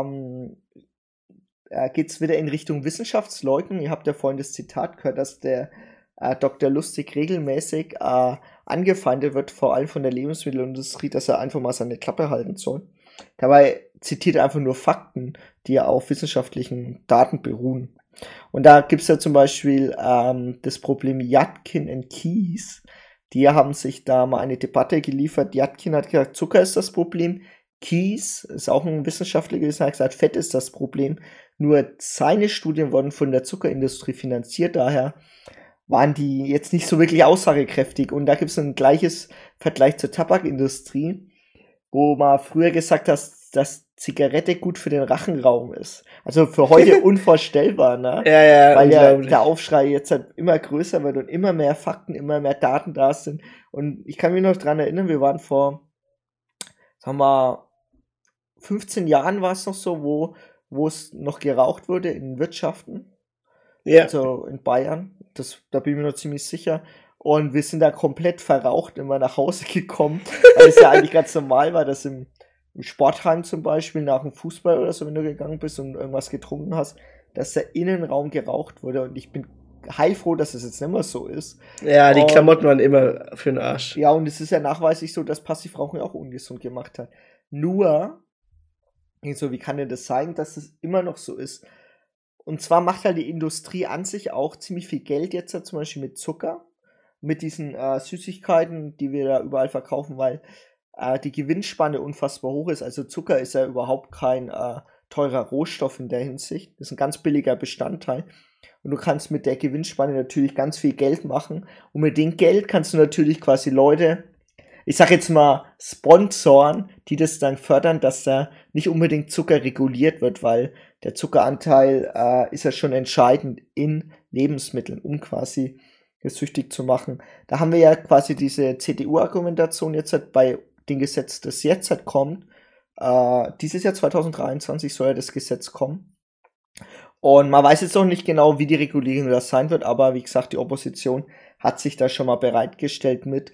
geht es wieder in Richtung Wissenschaftsleugnung. Ihr habt ja vorhin das Zitat gehört, dass der Dr. Lustig regelmäßig angefeindet wird, vor allem von der Lebensmittelindustrie, dass er einfach mal seine Klappe halten soll. Dabei zitiert er einfach nur Fakten, die ja auf wissenschaftlichen Daten beruhen. Und da gibt es ja zum Beispiel das Problem Yatkin und Keyes. Die haben sich da mal eine Debatte geliefert. Yatkin hat gesagt, Zucker ist das Problem. Keyes ist auch ein Wissenschaftler gewesen, hat gesagt, Fett ist das Problem. Nur seine Studien wurden von der Zuckerindustrie finanziert, daher waren die jetzt nicht so wirklich aussagekräftig. Und da gibt es ein gleiches Vergleich zur Tabakindustrie, wo man früher gesagt hat, dass Zigarette gut für den Rachenraum ist. Also für heute unvorstellbar, ne? Ja, weil ja der Aufschrei jetzt halt immer größer wird und immer mehr Fakten, immer mehr Daten da sind. Und ich kann mich noch dran erinnern, wir waren vor, sagen wir, 15 Jahren war es noch so, wo es noch geraucht wurde in Wirtschaften. Ja. Also in Bayern. Da bin ich mir noch ziemlich sicher. Und wir sind da komplett verraucht immer nach Hause gekommen, weil es ja eigentlich ganz normal war, dass im Sportheim zum Beispiel nach dem Fußball oder so, wenn du gegangen bist und irgendwas getrunken hast, dass der Innenraum geraucht wurde. Und ich bin heilfroh, dass es jetzt nicht mehr so ist. Ja, die Klamotten waren immer für den Arsch. Ja, und es ist ja nachweislich so, dass Passivrauchen auch ungesund gemacht hat. Nur, so, wie kann denn das sein, dass es immer noch so ist? Und zwar macht halt die Industrie an sich auch ziemlich viel Geld jetzt, zum Beispiel mit Zucker, mit diesen Süßigkeiten, die wir da überall verkaufen, weil die Gewinnspanne unfassbar hoch ist. Also Zucker ist ja überhaupt kein teurer Rohstoff in der Hinsicht. Das ist ein ganz billiger Bestandteil. Und du kannst mit der Gewinnspanne natürlich ganz viel Geld machen. Und mit dem Geld kannst du natürlich quasi Leute, ich sag jetzt mal, sponsoren, die das dann fördern, dass da nicht unbedingt Zucker reguliert wird, weil der Zuckeranteil ist ja schon entscheidend in Lebensmitteln, um quasi das süchtig zu machen. Da haben wir ja quasi diese CDU-Argumentation jetzt halt bei dem Gesetz, das jetzt halt kommt. Dieses Jahr 2023 soll ja das Gesetz kommen. Und man weiß jetzt noch nicht genau, wie die Regulierung das sein wird, aber wie gesagt, die Opposition hat sich da schon mal bereitgestellt mit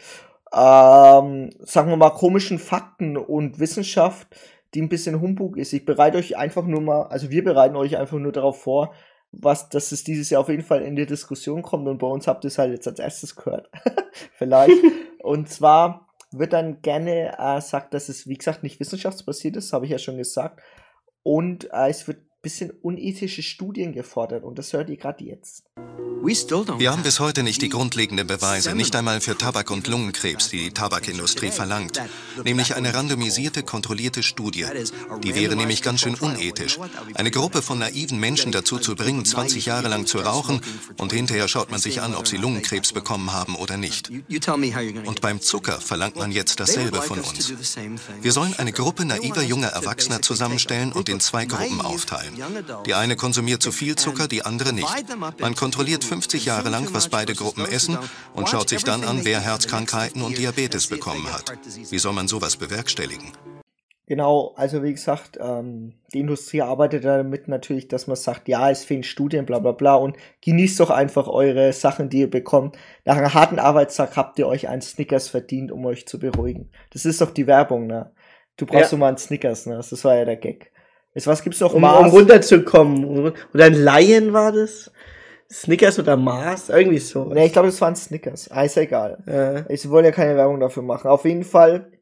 sagen wir mal, komischen Fakten und Wissenschaft, die ein bisschen Humbug ist. Ich bereite euch einfach nur mal, also wir bereiten euch einfach nur darauf vor, dass es dieses Jahr auf jeden Fall in die Diskussion kommt, und bei uns habt ihr es halt jetzt als erstes gehört. Vielleicht. Und zwar wird dann gerne sagt, dass es, wie gesagt, nicht wissenschaftsbasiert ist, habe ich ja schon gesagt. Und es wird ein bisschen unethische Studien gefordert, und das hört ihr gerade jetzt. Wir haben bis heute nicht die grundlegenden Beweise, nicht einmal für Tabak- und Lungenkrebs, die die Tabakindustrie verlangt. Nämlich eine randomisierte, kontrollierte Studie. Die wäre nämlich ganz schön unethisch. Eine Gruppe von naiven Menschen dazu zu bringen, 20 Jahre lang zu rauchen, und hinterher schaut man sich an, ob sie Lungenkrebs bekommen haben oder nicht. Und beim Zucker verlangt man jetzt dasselbe von uns. Wir sollen eine Gruppe naiver junger Erwachsener zusammenstellen und in zwei Gruppen aufteilen. Die eine konsumiert zu viel Zucker, die andere nicht. Man kontrolliert 50 Jahre lang, was beide Gruppen essen, und schaut sich dann an, wer Herzkrankheiten und Diabetes bekommen hat. Wie soll man sowas bewerkstelligen? Genau, also wie gesagt, die Industrie arbeitet damit natürlich, dass man sagt, ja, es fehlen Studien, bla bla bla, und genießt doch einfach eure Sachen, die ihr bekommt. Nach einem harten Arbeitstag habt ihr euch einen Snickers verdient, um euch zu beruhigen. Das ist doch die Werbung, ne? Du brauchst doch mal einen Snickers, ne? Das war ja der Gag. Jetzt, was gibt's noch? Um runterzukommen. Oder ein Lion war das? Snickers oder Mars? Irgendwie so. Ne, ich glaube, das waren Snickers. Ist ja egal. Ich wollte ja keine Werbung dafür machen. Auf jeden Fall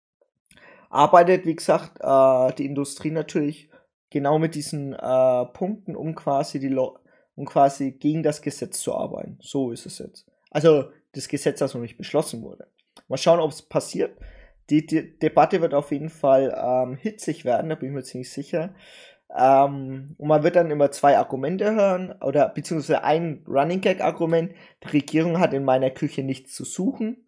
arbeitet, wie gesagt, die Industrie natürlich genau mit diesen Punkten, um quasi gegen das Gesetz zu arbeiten. So ist es jetzt. Also das Gesetz, das noch nicht beschlossen wurde. Mal schauen, ob es passiert. Die Debatte wird auf jeden Fall hitzig werden, da bin ich mir ziemlich sicher. Und man wird dann immer zwei Argumente hören, oder beziehungsweise ein Running Gag Argument: Die Regierung hat in meiner Küche nichts zu suchen.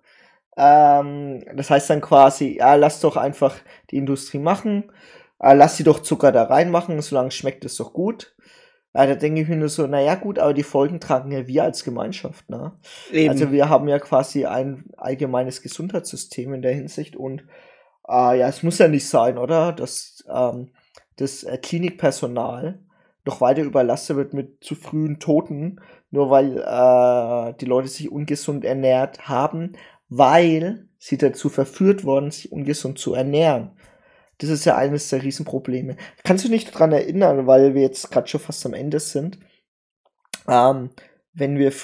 Das heißt dann quasi, ja, lass doch einfach die Industrie machen, lass sie doch Zucker da reinmachen, solange schmeckt es doch gut. Da denke ich mir nur so, naja gut, aber die Folgen tragen ja wir als Gemeinschaft, ne? Eben. Also wir haben ja quasi ein allgemeines Gesundheitssystem in der Hinsicht, und ja, es muss ja nicht sein, oder? Dass das Klinikpersonal noch weiter überlastet wird mit zu frühen Toten, nur weil die Leute sich ungesund ernährt haben, weil sie dazu verführt worden, sich ungesund zu ernähren. Das ist ja eines der Riesenprobleme. Kannst du dich daran erinnern, weil wir jetzt gerade schon fast am Ende sind, wenn wir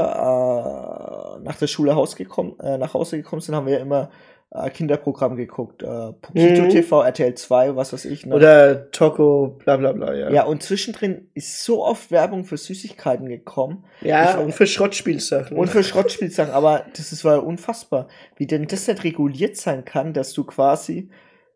früher nach der Schule nach Hause gekommen sind, haben wir ja immer Kinderprogramm geguckt. Pokito TV, RTL 2, was weiß ich. Ne? Oder Toko, bla bla bla, ja. Ja, und zwischendrin ist so oft Werbung für Süßigkeiten gekommen. Ja, und für Schrottspielsachen. Aber das war unfassbar. Wie denn das nicht reguliert sein kann, dass du quasi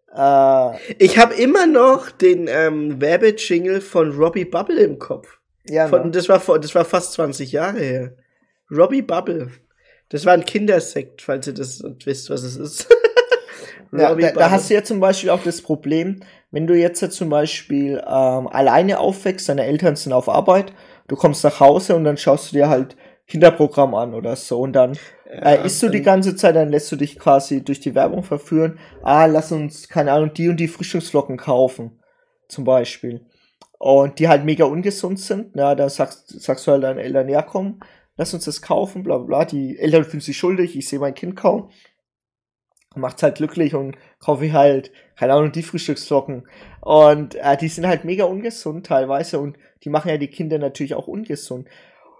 ich habe immer noch den Werbejingle von Robbie Bubble im Kopf. Ja, das war fast 20 Jahre her. Robbie Bubble. Das war ein Kindersekt, falls ihr das wisst, was es ist. Ja, da hast du ja zum Beispiel auch das Problem, wenn du jetzt zum Beispiel alleine aufwächst, deine Eltern sind auf Arbeit, du kommst nach Hause und dann schaust du dir halt Kinderprogramm an oder so und dann isst du die ganze Zeit, dann lässt du dich quasi durch die Werbung verführen, lass uns, keine Ahnung, die und die Frühstücksflocken kaufen, zum Beispiel. Und die halt mega ungesund sind, da sagst du halt deinen Eltern, ja komm, lass uns das kaufen, bla bla bla. Die Eltern fühlen sich schuldig, ich sehe mein Kind kaum. Macht's halt glücklich und kaufe ich halt, keine Ahnung, die Frühstücksflocken. Und die sind halt mega ungesund teilweise und die machen ja die Kinder natürlich auch ungesund.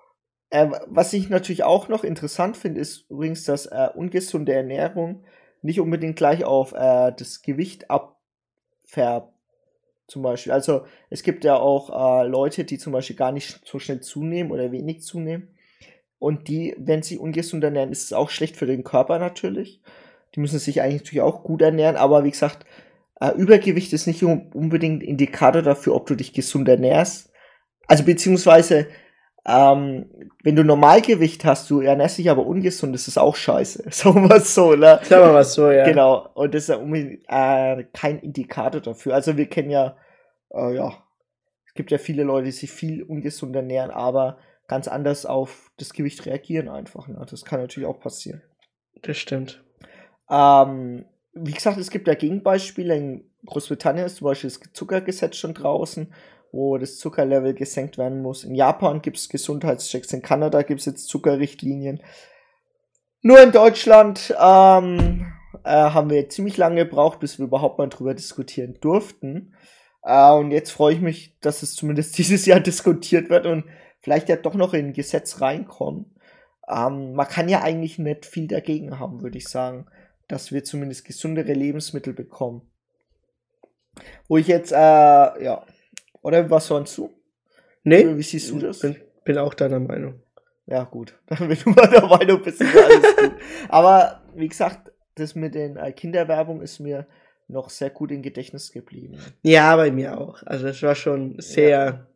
Was ich natürlich auch noch interessant finde, ist übrigens, dass ungesunde Ernährung nicht unbedingt gleich auf das Gewicht abfärbt. Zum Beispiel. Also es gibt ja auch Leute, die zum Beispiel gar nicht so schnell zunehmen oder wenig zunehmen. Und die, wenn sie ungesund ernähren, ist es auch schlecht für den Körper natürlich. Die müssen sich eigentlich natürlich auch gut ernähren, aber wie gesagt, Übergewicht ist nicht unbedingt Indikator dafür, ob du dich gesund ernährst. Also beziehungsweise, wenn du Normalgewicht hast, du ernährst dich aber ungesund, das ist auch scheiße. Sagen wir es so, ne? Sagen wir mal so, ja. Genau, und das ist ja unbedingt kein Indikator dafür. Also wir kennen ja, es gibt ja viele Leute, die sich viel ungesund ernähren, aber ganz anders auf das Gewicht reagieren einfach. Ne? Das kann natürlich auch passieren. Das stimmt. Wie gesagt, es gibt ja Gegenbeispiele. In Großbritannien ist zum Beispiel das Zuckergesetz schon draußen, wo das Zuckerlevel gesenkt werden muss. In Japan gibt es Gesundheitschecks, in Kanada gibt es jetzt Zuckerrichtlinien. Nur in Deutschland haben wir ziemlich lange gebraucht, bis wir überhaupt mal drüber diskutieren durften. Und jetzt freue ich mich, dass es zumindest dieses Jahr diskutiert wird und vielleicht ja doch noch in ein Gesetz reinkommen. Man kann ja eigentlich nicht viel dagegen haben, würde ich sagen, dass wir zumindest gesundere Lebensmittel bekommen. Wo ich jetzt, oder was sonst du? Nee. Wie siehst du das? Bin auch deiner Meinung. Ja, gut. Wenn du meiner Meinung bist, ist alles gut. Aber, wie gesagt, das mit den Kinderwerbung ist mir noch sehr gut im Gedächtnis geblieben. Ja, bei mir auch. Also das war schon sehr,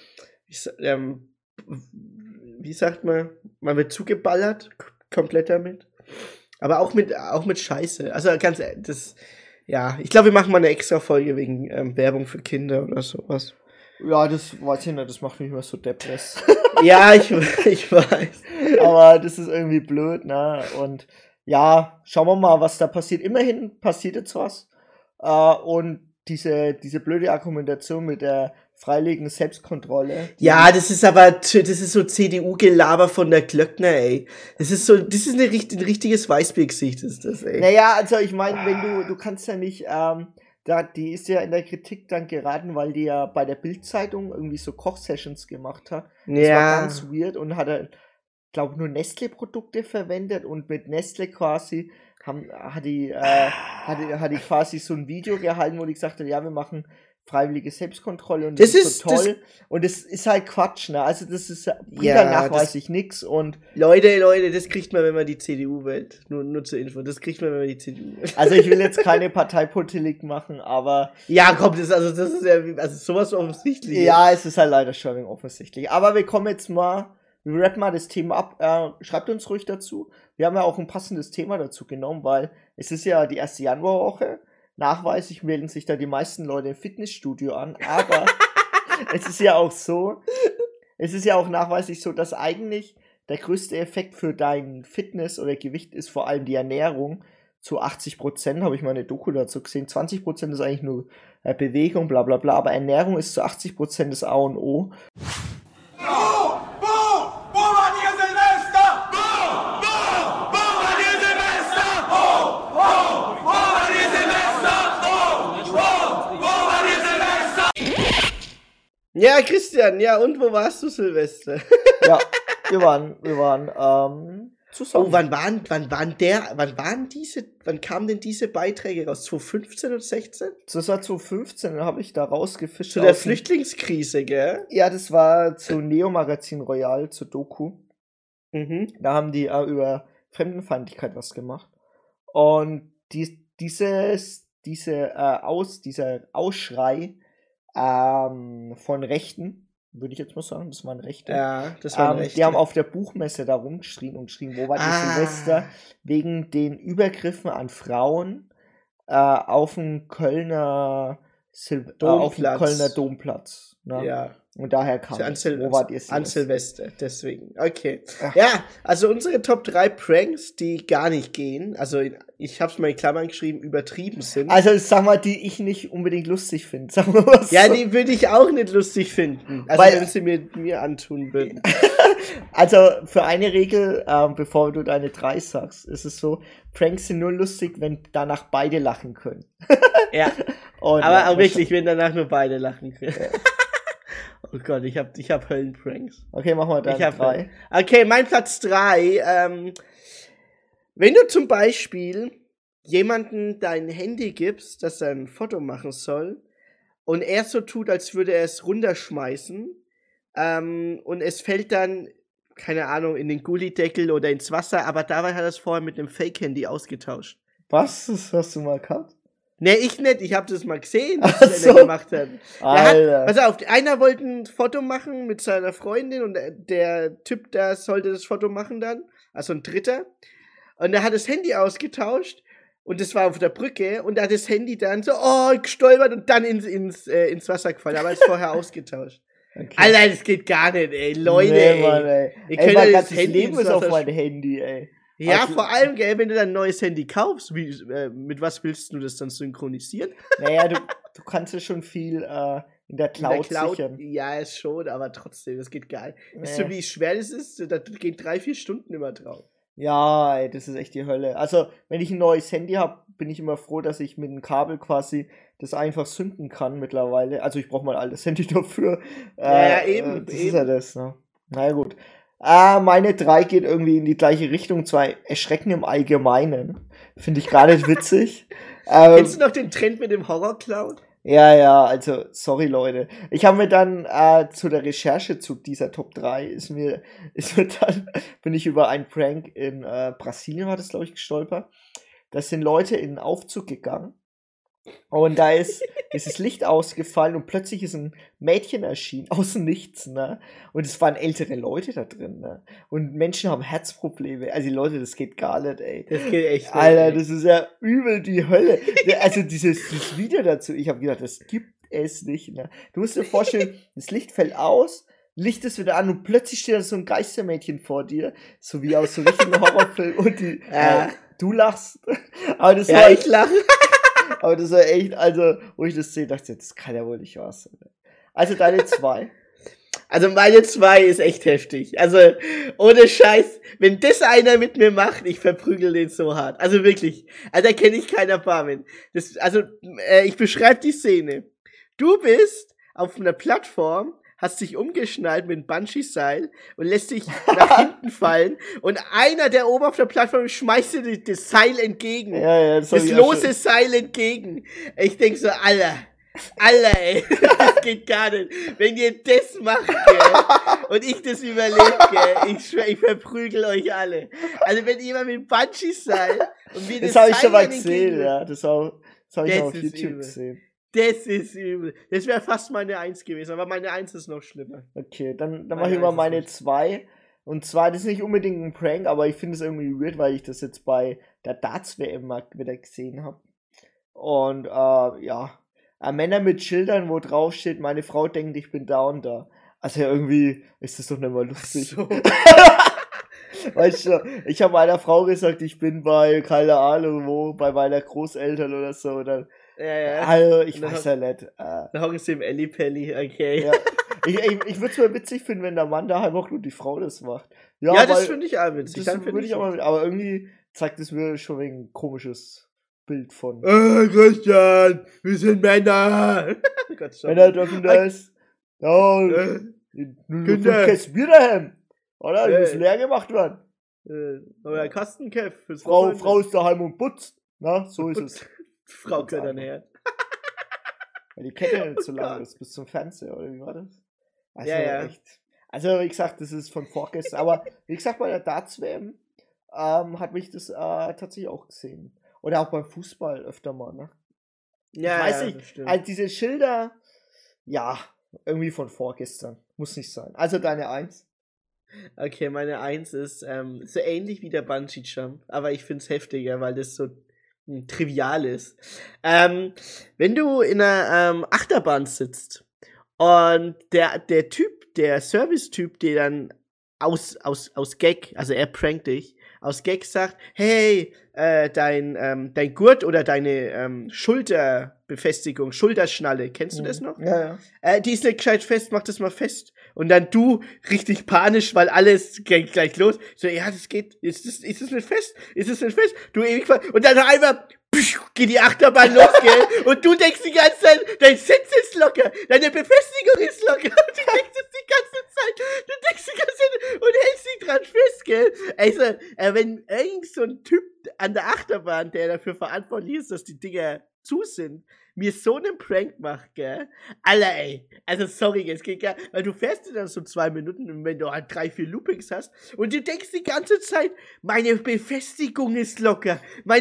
wie sagt man wird zugeballert, komplett damit. Aber auch mit Scheiße. Also ganz, ich glaube, wir machen mal eine extra Folge wegen Werbung für Kinder oder sowas. Ja, das weiß ich nicht, das macht mich immer so depress. Ja, ich weiß. Aber das ist irgendwie blöd, ne? Und ja, schauen wir mal, was da passiert. Immerhin passiert jetzt was. Und diese blöde Argumentation mit der freiwilligen Selbstkontrolle. Ja, das ist so CDU-Gelaber von der Glöckner, ey. Das ist ein richtiges Weißbiergesicht, ist das, ey. Naja, also ich meine, wenn du kannst ja nicht, die ist ja in der Kritik dann geraten, weil die ja bei der Bild-Zeitung irgendwie so Kochsessions gemacht hat. Das war ganz weird und hat glaube nur Nestle-Produkte verwendet und mit Nestle quasi hat die quasi so ein Video gehalten, wo die gesagt hat, ja, wir machen freiwillige Selbstkontrolle und das ist so toll. Und das ist halt Quatsch, ne? Also das ist bringt halt nachweislich nix und Leute, das kriegt man, wenn man die CDU wählt. Nur zur Info, das kriegt man, wenn man die CDU wählt. Also ich will jetzt keine Parteipolitik machen, aber ja, komm, das ist ja sowas offensichtlich. Ja, es ist halt leider schon offensichtlich. Aber wir kommen jetzt mal, wir rappen mal das Thema ab. Schreibt uns ruhig dazu. Wir haben ja auch ein passendes Thema dazu genommen, weil es ist ja die erste Januarwoche. Nachweislich melden sich da die meisten Leute im Fitnessstudio an, aber es ist ja auch nachweislich so, dass eigentlich der größte Effekt für dein Fitness oder Gewicht ist vor allem die Ernährung. Zu 80%, habe ich mal eine Doku dazu gesehen. 20% ist eigentlich nur Bewegung, bla bla bla, aber Ernährung ist zu 80% das A und O. Ja, Christian, ja, und wo warst du, Silvester? Ja, wir waren zusammen. Oh, wann kamen denn diese Beiträge raus? 2015 und 16? Das war 2015, dann habe ich da rausgefischt. Zu der Flüchtlingskrise, gell? Ja, das war zu Neo Magazin Royal, zur Doku. Da haben die über Fremdenfeindlichkeit was gemacht. Und dieser Ausschrei von Rechten, würde ich jetzt mal sagen, das waren Rechte. Ja, das waren Rechte. Die haben auf der Buchmesse da rumgeschrien und geschrien, wo war die Silvester, wegen den Übergriffen an Frauen auf dem Kölner Domplatz. Ne? Ja. Und daher kam es. Wo war die an Silvester, deswegen. Okay. Ach. Ja, also unsere Top 3 Pranks, die gar nicht gehen, also ich hab's mal in Klammern geschrieben, übertrieben sind. Also sag mal, die ich nicht unbedingt lustig finde. Sag mal was. Ja, die würde ich auch nicht lustig finden. Also wenn sie mir antun würden. Also für eine Regel, bevor du deine 3 sagst, ist es so, Pranks sind nur lustig, wenn danach beide lachen können. Ja. Aber auch wirklich, wenn danach nur beide lachen können. Ja. Oh Gott, ich hab Höllenpranks. Okay, machen wir dann 3. Okay, mein Platz 3. Wenn du zum Beispiel jemandem dein Handy gibst, dass er ein Foto machen soll, und er so tut, als würde er es runterschmeißen, und es fällt dann, keine Ahnung, in den Gullideckel oder ins Wasser, aber dabei hat er es vorher mit einem Fake-Handy ausgetauscht. Was? Das hast du mal gehabt? Nee, ich nicht. Ich hab das mal gesehen, was er gemacht hat. Pass auf, einer wollte ein Foto machen mit seiner Freundin und der Typ, der sollte das Foto machen dann, also ein Dritter. Und er hat das Handy ausgetauscht und das war auf der Brücke und er hat das Handy dann so, gestolpert und dann ins Wasser gefallen. Aber er hat es vorher ausgetauscht. Okay. Alter, das geht gar nicht, ey. Leute, nee, Mann, ey. Ihr könnt mein ganzes Leben ist auf mein Handy, ey. Ja, also, vor allem, gell, wenn du dein neues Handy kaufst, mit was willst du das dann synchronisieren? Naja, du kannst ja schon viel in der Cloud sichern. Ja, ist schon, aber trotzdem, das geht geil. Weißt du, wie schwer das ist? Da gehen 3-4 Stunden immer drauf. Ja, ey, das ist echt die Hölle. Also, wenn ich ein neues Handy habe, bin ich immer froh, dass ich mit dem Kabel quasi das einfach sünden kann mittlerweile. Also, ich brauche mal ein altes Handy dafür. Ja, eben. Das ist ja das, ne? Naja, gut. Meine 3 geht irgendwie in die gleiche Richtung, zwar Erschrecken im Allgemeinen. Finde ich gar nicht witzig. Kennst du noch den Trend mit dem Horror-Clown? Ja, also, sorry Leute. Ich habe mir dann zu der Recherche zu dieser Top 3 bin ich über einen Prank in Brasilien, war das, glaube ich, gestolpert. Da sind Leute in einen Aufzug gegangen und da ist das Licht ausgefallen und plötzlich ist ein Mädchen erschienen, aus dem Nichts, ne? Und es waren ältere Leute da drin, ne? Und Menschen haben Herzprobleme. Also die Leute, das geht gar nicht, ey. Das geht echt nicht. Alter, das ist ja übel die Hölle. Also dieses Video dazu, ich habe gedacht, das gibt es nicht, ne? Du musst dir vorstellen, das Licht fällt aus, Licht ist wieder an und plötzlich steht da so ein Geistermädchen vor dir, so wie aus so richtigen Horrorfilm und du lachst. Aber das war, ich lache. Aber das war echt, also, wo ich das sehe, dachte ich, das kann ja wohl nicht wahr sein. Also deine 2. Also meine 2 ist echt heftig. Also, ohne Scheiß, wenn das einer mit mir macht, ich verprügel den so hart. Also wirklich. Also da kenne ich keinen Erbarmen. Ich beschreibe die Szene. Du bist auf einer Plattform, hast dich umgeschnallt mit einem Bungee-Seil und lässt dich nach hinten fallen und einer, der oben auf der Plattform schmeißt dir das Seil entgegen. Ja, das lose Seil entgegen. Ich denk so, Alter, ey, das geht gar nicht. Wenn ihr das macht, gell, und ich das überlebe, gell, ich verprügel euch alle. Also wenn jemand mit dem Bungee-Seil und mir das habe ich schon mal gesehen, ja. Das habe ich auf YouTube gesehen. Das ist übel. Das wäre fast meine 1 gewesen, aber meine 1 ist noch schlimmer. Okay, dann mache ich mal meine 2. Und zwar, das ist nicht unbedingt ein Prank, aber ich finde es irgendwie weird, weil ich das jetzt bei der Darts-WM mal wieder gesehen habe. Und Männer mit Schildern, wo drauf steht, meine Frau denkt, ich bin da und da. Also irgendwie ist das doch nicht mal lustig. So. Weißt du, ich habe meiner Frau gesagt, ich bin bei, keine Ahnung wo, bei meiner Großeltern oder so. Oder, ja. Also, ich weiß ja nicht. Da hocken sie im Ellipelli, okay. Ja. Ich würde es mal witzig finden, wenn der Mann daheim auch nur die Frau das macht. Ja, das finde ich auch witzig. Das würde ich auch mal, aber irgendwie zeigt es mir schon ein komisches Bild von. Christian, wir sind Männer. Männer dürfen das. Ja, fünf Kästen Bier daheim. Oder? Die müssen leer gemacht werden. Euer Kastenkev. Frau ist daheim und putzt. Na, so ist es. Frau gehört dann her. Weil die Kette nicht so lang ist, bis zum Fernseher, oder wie war das? Also echt. Also, wie gesagt, das ist von vorgestern. Aber, wie gesagt, bei der Darts-WM hat mich das tatsächlich auch gesehen. Oder auch beim Fußball öfter mal, ne? Ja, ich weiß nicht. Also, diese Schilder, ja, irgendwie von vorgestern. Muss nicht sein. Also, deine 1? Okay, meine 1 ist so ähnlich wie der Bungee-Jump, aber ich finde es heftiger, weil das so trivial ist. Wenn du in einer Achterbahn sitzt und der Typ, der Service-Typ, der dann aus Gag, also er prankt dich, aus Gag sagt, hey, dein Gurt oder deine Schulterbefestigung, Schulterschnalle, kennst du das noch? Ja. Die ist nicht gescheit fest, mach das mal fest. Und dann du richtig panisch, weil alles geht gleich los. So, ja, das geht, ist das nicht fest? Ist es nicht fest? Du ewig und dann einmal geht die Achterbahn los, gell? Und du denkst die ganze Zeit, dein Sitz ist locker, deine Befestigung ist locker. Und du denkst es die ganze Zeit und hältst dich dran fest, gell? Also, wenn irgend so ein Typ an der Achterbahn, der dafür verantwortlich ist, dass die Dinger zu sind, mir so einen Prank macht, gell? Alter, ey. Also, sorry, es geht gar nicht, weil du fährst dir dann so 2 Minuten und wenn du halt 3, 4 Loopings hast und du denkst die ganze Zeit, meine Befestigung ist locker.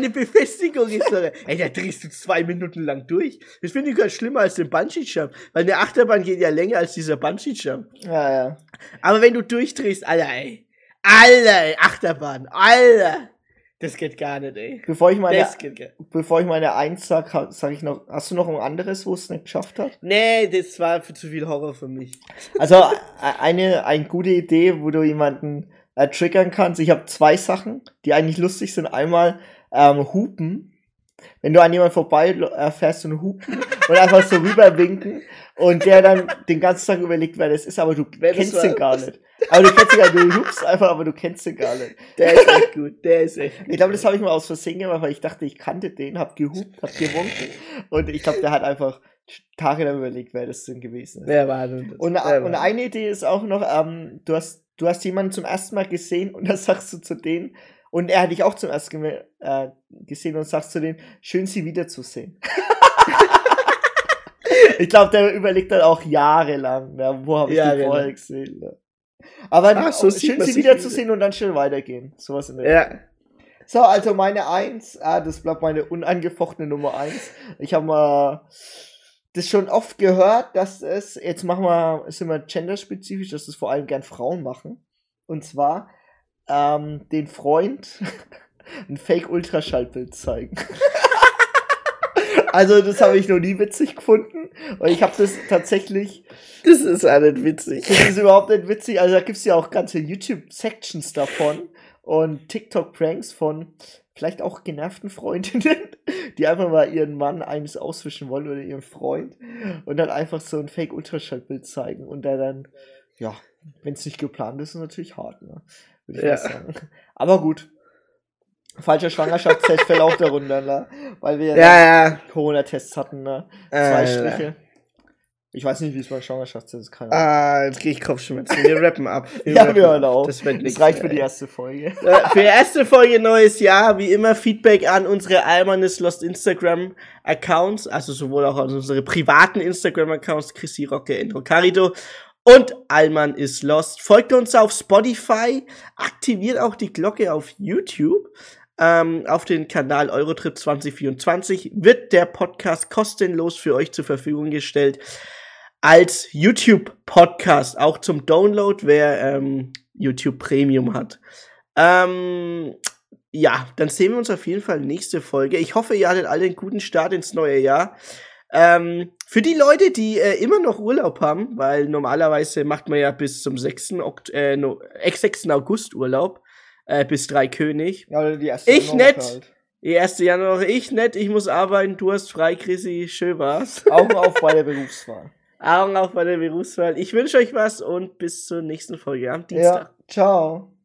Ey, da drehst du 2 Minuten lang durch. Das finde ich ganz schlimmer als den Bungee-Jump, weil eine Achterbahn geht ja länger als dieser Bungee-Jump. Ja. Aber wenn du durchdrehst, Alter, ey, Achterbahn, Alter. Das geht gar nicht, ey. Bevor ich meine 1 sag ich noch, hast du noch ein anderes, wo es nicht geschafft hat? Nee, das war zu viel Horror für mich. Also, eine gute Idee, wo du jemanden triggern kannst. Ich habe 2 Sachen, die eigentlich lustig sind. Einmal, Hupen. Wenn du an jemanden vorbei fährst und hupen und einfach so rüberwinken und der dann den ganzen Tag überlegt, wer das ist, aber du kennst ihn gar nicht. Aber du hupst einfach, aber du kennst ihn gar nicht. Der ist echt gut, Ich glaube, das habe ich mal aus Versehen gemacht, weil ich dachte, ich kannte den, hab gehupt, hab gewunken und ich glaube, der hat einfach tagelang überlegt, wer das denn gewesen ist. Wer war denn das? Und eine Idee ist auch noch, du hast jemanden zum ersten Mal gesehen und dann sagst du zu denen, und er hat dich auch zum ersten Mal gesehen und sagst zu denen, schön sie wiederzusehen. Ich glaube, der überlegt dann auch jahrelang, wo habe ich die vorher gesehen. Ne? Aber so schön sie wiederzusehen und dann schnell weitergehen. Sowas in der Ja. So, also meine 1, das bleibt meine unangefochtene Nummer 1. Ich habe mal das schon oft gehört, dass jetzt sind wir genderspezifisch, dass es vor allem gern Frauen machen. Und zwar den Freund ein Fake-Ultraschallbild zeigen. Also das habe ich noch nie witzig gefunden. Und ich habe das tatsächlich... Das ist auch nicht witzig. Das ist überhaupt nicht witzig. Also da gibt es ja auch ganze YouTube-Sections davon und TikTok-Pranks von vielleicht auch genervten Freundinnen, die einfach mal ihren Mann eines auswischen wollen oder ihren Freund und dann einfach so ein Fake-Ultraschallbild zeigen und der dann, ja, wenn es nicht geplant ist, ist natürlich hart, ne? Würde ich mal sagen. Aber gut. Falscher Schwangerschaftstest fällt auch darunter, ne? Weil wir Corona-Tests hatten, ne? 2 Striche. Ich weiß nicht, wie es beim Schwangerschaftstest kann. Jetzt gehe ich Kopfschmerzen. Wir rappen ab. Wir hören auf. Das reicht für die erste Folge. Für die erste Folge neues Jahr, wie immer, Feedback an unsere Alman is Lost Instagram-Accounts, also sowohl auch an unsere privaten Instagram-Accounts, Chrissy Rocke, Endro Carido und Alman is Lost. Folgt uns auf Spotify, aktiviert auch die Glocke auf YouTube. Auf den Kanal Eurotrip 2024 wird der Podcast kostenlos für euch zur Verfügung gestellt. Als YouTube-Podcast, auch zum Download, wer YouTube Premium hat. Ja, dann sehen wir uns auf jeden Fall nächste Folge. Ich hoffe, ihr hattet alle einen guten Start ins neue Jahr. Für die Leute, die immer noch Urlaub haben, weil normalerweise macht man ja bis zum 6. August Urlaub, bis Dreikönig. Ja, oder die erste ich nicht. Halt. Die 1. Januar, ich nicht. Ich muss arbeiten, du hast frei, Chrissy, schön war's. Augen auf bei der Berufswahl. Augen auf bei der Berufswahl. Ich wünsche euch was und bis zur nächsten Folge am Dienstag. Ja, ciao.